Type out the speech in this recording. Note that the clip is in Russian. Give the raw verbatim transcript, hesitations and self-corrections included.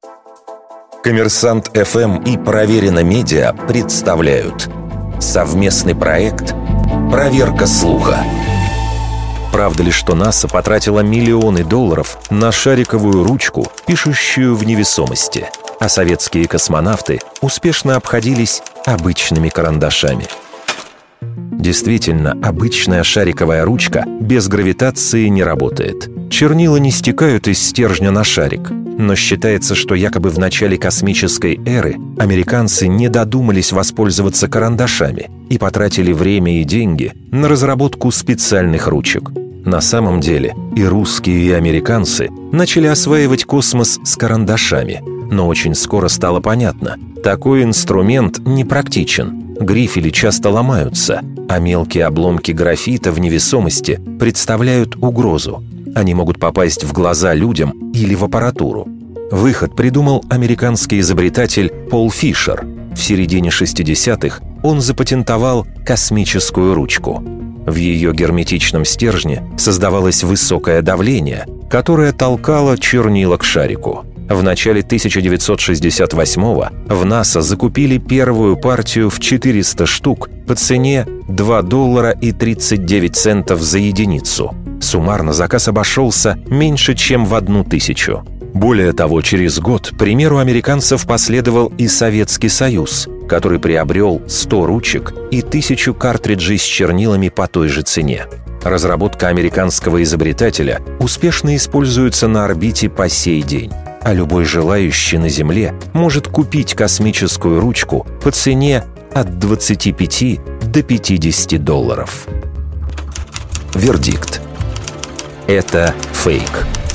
Коммерсант эф эм и Проверено Медиа представляют совместный проект «Проверка слуха». Правда ли, что НАСА потратила миллионы долларов на шариковую ручку, пишущую в невесомости, а советские космонавты успешно обходились обычными карандашами? Действительно, обычная шариковая ручка без гравитации не работает. Чернила не стекают из стержня на шарик. Но считается, что якобы в начале космической эры американцы не додумались воспользоваться карандашами и потратили время и деньги на разработку специальных ручек. На самом деле и русские, и американцы начали осваивать космос с карандашами, но очень скоро стало понятно – такой инструмент непрактичен. Грифели часто ломаются, а мелкие обломки графита в невесомости представляют угрозу. Они могут попасть в глаза людям или в аппаратуру. Выход придумал американский изобретатель Пол Фишер. В середине шестидесятых он запатентовал космическую ручку. В ее герметичном стержне создавалось высокое давление, которое толкало чернила к шарику. В начале тысяча девятьсот шестьдесят восьмого в НАСА закупили первую партию в четыреста штук по цене два доллара и тридцать девять центов за единицу. Суммарно заказ обошелся меньше, чем в одну тысячу. Более того, через год примеру американцев последовал и Советский Союз, который приобрел сто ручек и тысячу картриджей с чернилами по той же цене. Разработка американского изобретателя успешно используется на орбите по сей день, а любой желающий на Земле может купить космическую ручку по цене от двадцати пяти до пятидесяти долларов. Вердикт. Это фейк.